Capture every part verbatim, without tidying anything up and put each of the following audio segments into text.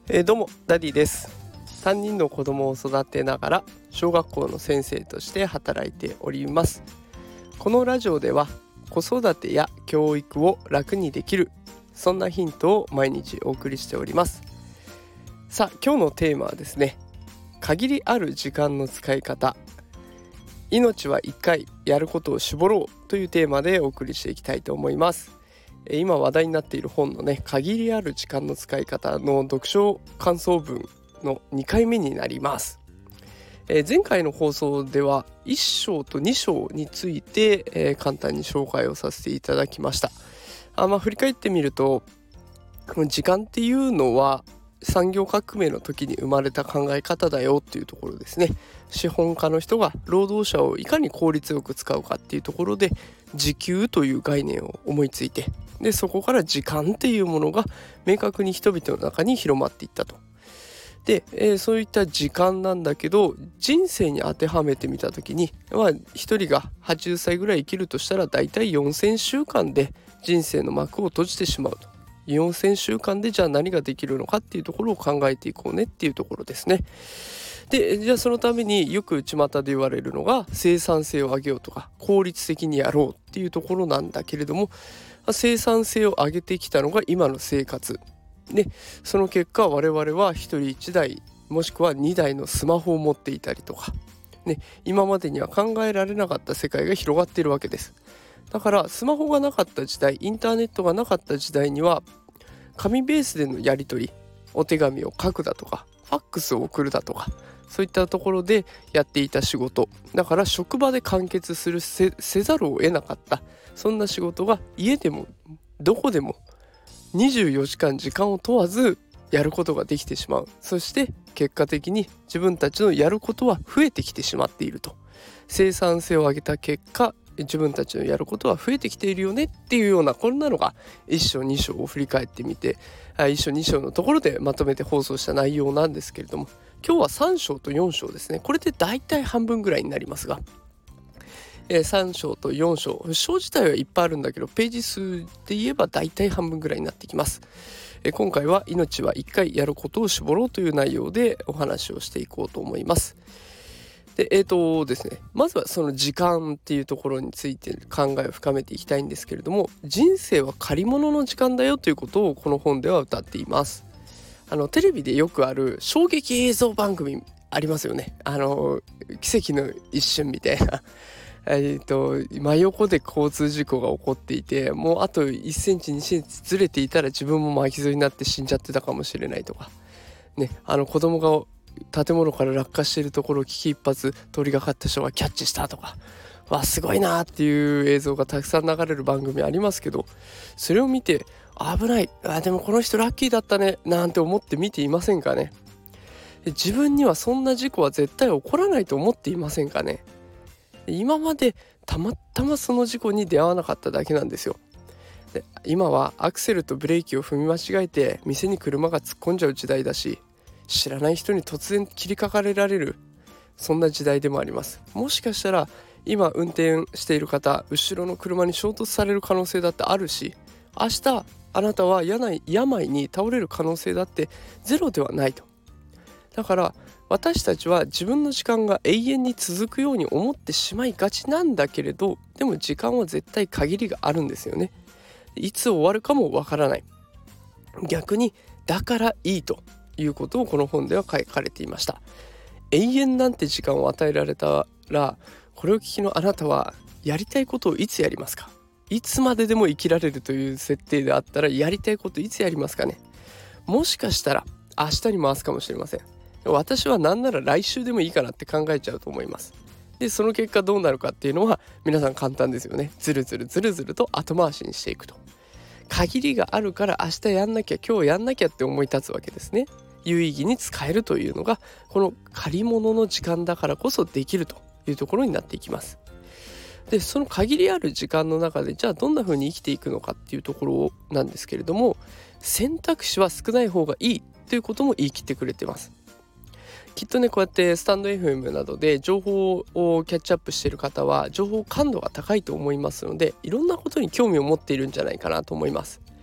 えー、どうもダディです。さんにんの子供を育てながら小学校の先生として働いております。このラジオでは子育てや教育を楽にできる、そんなヒントを毎日お送りしております。さあ、今日のテーマはですね、限りある時間の使い方、命はいっかいやることを絞ろうというテーマでお送りしていきたいと思います。今話題になっている本のね、限りある時間の使い方の読書感想文のにかいめになります。えー、前回の放送ではいっ章とに章について、えー、簡単に紹介をさせていただきました。あ、まあ、振り返ってみると、この時間っていうのは産業革命の時に生まれた考え方だよっていうところですね。資本家の人が労働者をいかに効率よく使うかっていうところで、時給という概念を思いついて、でそこから時間っていうものが明確に人々の中に広まっていったと。で、えー、そういった時間なんだけど、人生に当てはめてみた時に、まあ、ひとりがはちじゅっさいぐらい生きるとしたらだいたいよんせんしゅうかんで人生の幕を閉じてしまうと。よんせんしゅうかんでじゃあ何ができるのかっていうところを考えていこうねっていうところですね。で、じゃあそのためによく巷で言われるのが生産性を上げようとか効率的にやろうっていうところなんだけれども、生産性を上げてきたのが今の生活で、その結果我々はひとりいちだいもしくはにだいのスマホを持っていたりとか、ね、今までには考えられなかった世界が広がっているわけです。だからスマホがなかった時代、インターネットがなかった時代には紙ベースでのやり取り、お手紙を書くだとかファックスを送るだとか、そういったところでやっていた仕事だから、職場で完結する せ, せざるを得なかった、そんな仕事が家でもどこでもにじゅうよじかん時間を問わずやることができてしまう。そして結果的に自分たちのやることは増えてきてしまっていると。生産性を上げた結果、自分たちのやることは増えてきているよねっていうような、こんなのがいっ章に章を振り返ってみて、いっ章に章のところでまとめて放送した内容なんですけれども、今日はさん章とよん章ですね。これでだいたい半分ぐらいになりますが、えー、さん章とよん章、章自体はいっぱいあるんだけど、ページ数で言えばだいたい半分ぐらいになってきます。えー、今回は命はいっかいやることを絞ろうという内容でお話をしていこうと思います。でえーとですね、まずはその時間っていうところについて考えを深めていきたいんですけれども、人生は借り物の時間だよということをこの本では謳っています。あのテレビでよくある衝撃映像番組ありますよね。あの奇跡の一瞬みたいなえーと真横で交通事故が起こっていて、もうあといっセンチにセンチずれていたら自分も巻き添えになって死んじゃってたかもしれないとかね、あの子供が建物から落下しているところを危機一髪通りがかった人がキャッチしたとか、わすごいなっていう映像がたくさん流れる番組ありますけど、それを見て危ない、あでもこの人ラッキーだったねなんて思って見ていませんかね。自分にはそんな事故は絶対起こらないと思っていませんかね。今までたまたまその事故に出会わなかっただけなんですよ。で今はアクセルとブレーキを踏み間違えて店に車が突っ込んじゃう時代だし、知らない人に突然切りかかれられる、そんな時代でもあります。もしかしたら今運転している方、後ろの車に衝突される可能性だってあるし、明日あなたは病に倒れる可能性だってゼロではないと。だから私たちは自分の時間が永遠に続くように思ってしまいがちなんだけれど、でも時間は絶対限りがあるんですよね。いつ終わるかもわからない。逆にだからいいということをこの本では書かれていました。永遠なんて時間を与えられたら、これを聞きのあなたはやりたいことをいつやりますか。いつまででも生きられるという設定であったら、やりたいこといつやりますかね。もしかしたら明日に回すかもしれません。私は何なら来週でもいいかなって考えちゃうと思います。でその結果どうなるかっていうのは皆さん簡単ですよね。ずるずるずるずると後回しにしていくと。限りがあるから明日やんなきゃ、今日やんなきゃって思い立つわけですね。有意義に使えるというのがこの借り物の時間だからこそできるというところになっていきます。でその限りある時間の中で、じゃあどんな風に生きていくのかっていうところなんですけれども、選択肢は少ない方がいいということも言い切ってくれてます。きっとね、こうやってスタンド エフエム などで情報をキャッチアップしている方は情報感度が高いと思いますので、いろんなことに興味を持っているんじゃないかなと思います。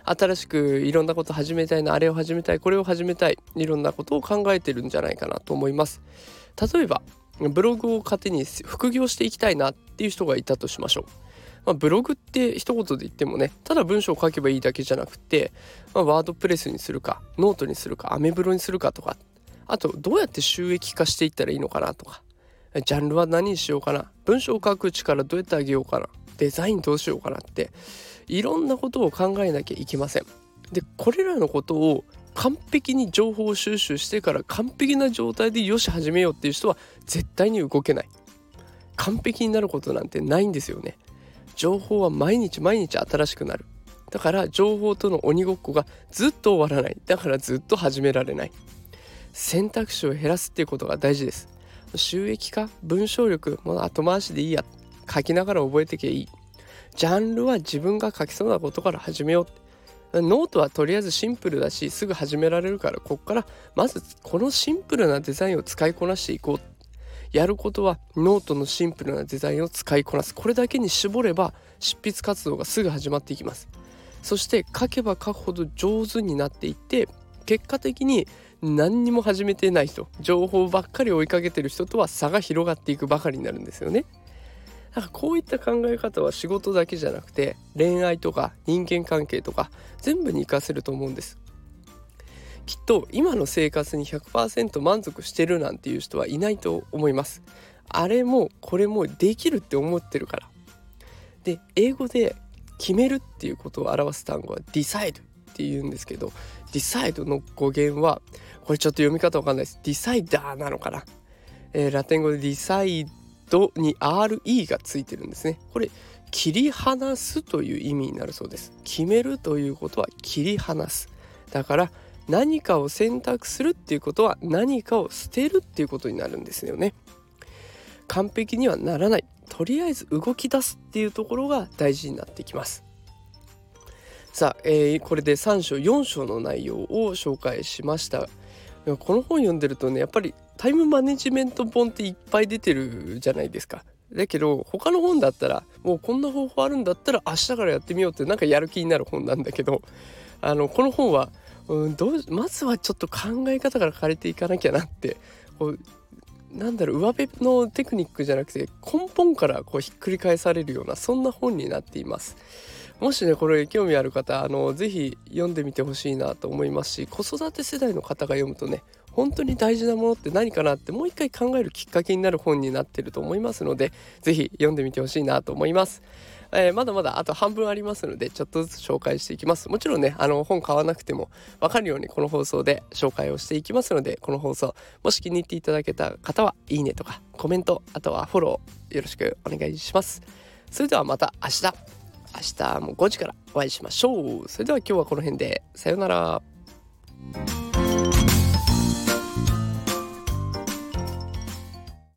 新しくいろんなこと始めたいな、あれを始めたい、これを始めたい、いろんなことを考えてるんじゃないかなと思います。例えばブログを糧に副業していきたいなっていう人がいたとしましょう。まあ、ブログって一言で言ってもね、ただ文章を書けばいいだけじゃなくて、まあ、ワードプレスにするかノートにするかアメブロにするかとか、あとどうやって収益化していったらいいのかなとか、ジャンルは何にしようかな、文章を書く力どうやって上げようかな、デザインどうしようかなって、いろんなことを考えなきゃいけません。でこれらのことを完璧に情報収集してから完璧な状態でよし始めようっていう人は絶対に動けない。完璧になることなんてないんですよね。情報は毎日毎日新しくなる。だから情報との鬼ごっこがずっと終わらない。だからずっと始められない。選択肢を減らすっていうことが大事です。収益化、文章力、もう後回しでいいや、書きながら覚えてけいい。ジャンルは自分が書きそうなことから始めよう。ノートはとりあえずシンプルだしすぐ始められるから、こっからまずこのシンプルなデザインを使いこなしていこう。やることはノートのシンプルなデザインを使いこなす。これだけに絞れば執筆活動がすぐ始まっていきます。そして書けば書くほど上手になっていって、結果的に何にも始めてない人、情報ばっかり追いかけてる人とは差が広がっていくばかりになるんですよね。だからこういった考え方は仕事だけじゃなくて恋愛とか人間関係とか全部に活かせると思うんです。きっと今の生活に ひゃくパーセント 満足してるなんていう人はいないと思います。あれもこれもできるって思ってるから。で英語で決めるっていうことを表す単語は decide っていうんですけど、 decide の語源はこれちょっと読み方わかんないです。 decider なのかな、えー、ラテン語で decideに アールイー がついてるんですね。これ切り離すという意味になるそうです。決めるということは切り離す。だから何かを選択するっていうことは何かを捨てるっていうことになるんですよね。完璧にはならない。とりあえず動き出すっていうところが大事になってきます。さあ、えー、これでさん章よん章の内容を紹介しました。この本読んでるとね、やっぱりタイムマネジメント本っていっぱい出てるじゃないですか。だけど他の本だったらもうこんな方法あるんだったら明日からやってみようってなんかやる気になる本なんだけど、あのこの本はうんどうまずはちょっと考え方から変えていかなきゃなって、こうなんだろう、上辺のテクニックじゃなくて根本からこうひっくり返されるようなそんな本になっています。もしねこれ興味ある方、あのぜひ読んでみてほしいなと思いますし、子育て世代の方が読むとね本当に大事なものって何かなってもう一回考えるきっかけになる本になってると思いますので、ぜひ読んでみてほしいなと思います。えー、まだまだあと半分ありますのでちょっとずつ紹介していきます。もちろんねあの本買わなくても分かるようにこの放送で紹介をしていきますので、この放送もし気に入っていただけた方はいいねとかコメント、あとはフォローよろしくお願いします。それではまた明日明日もごじからお会いしましょう。それでは今日はこの辺でさようなら。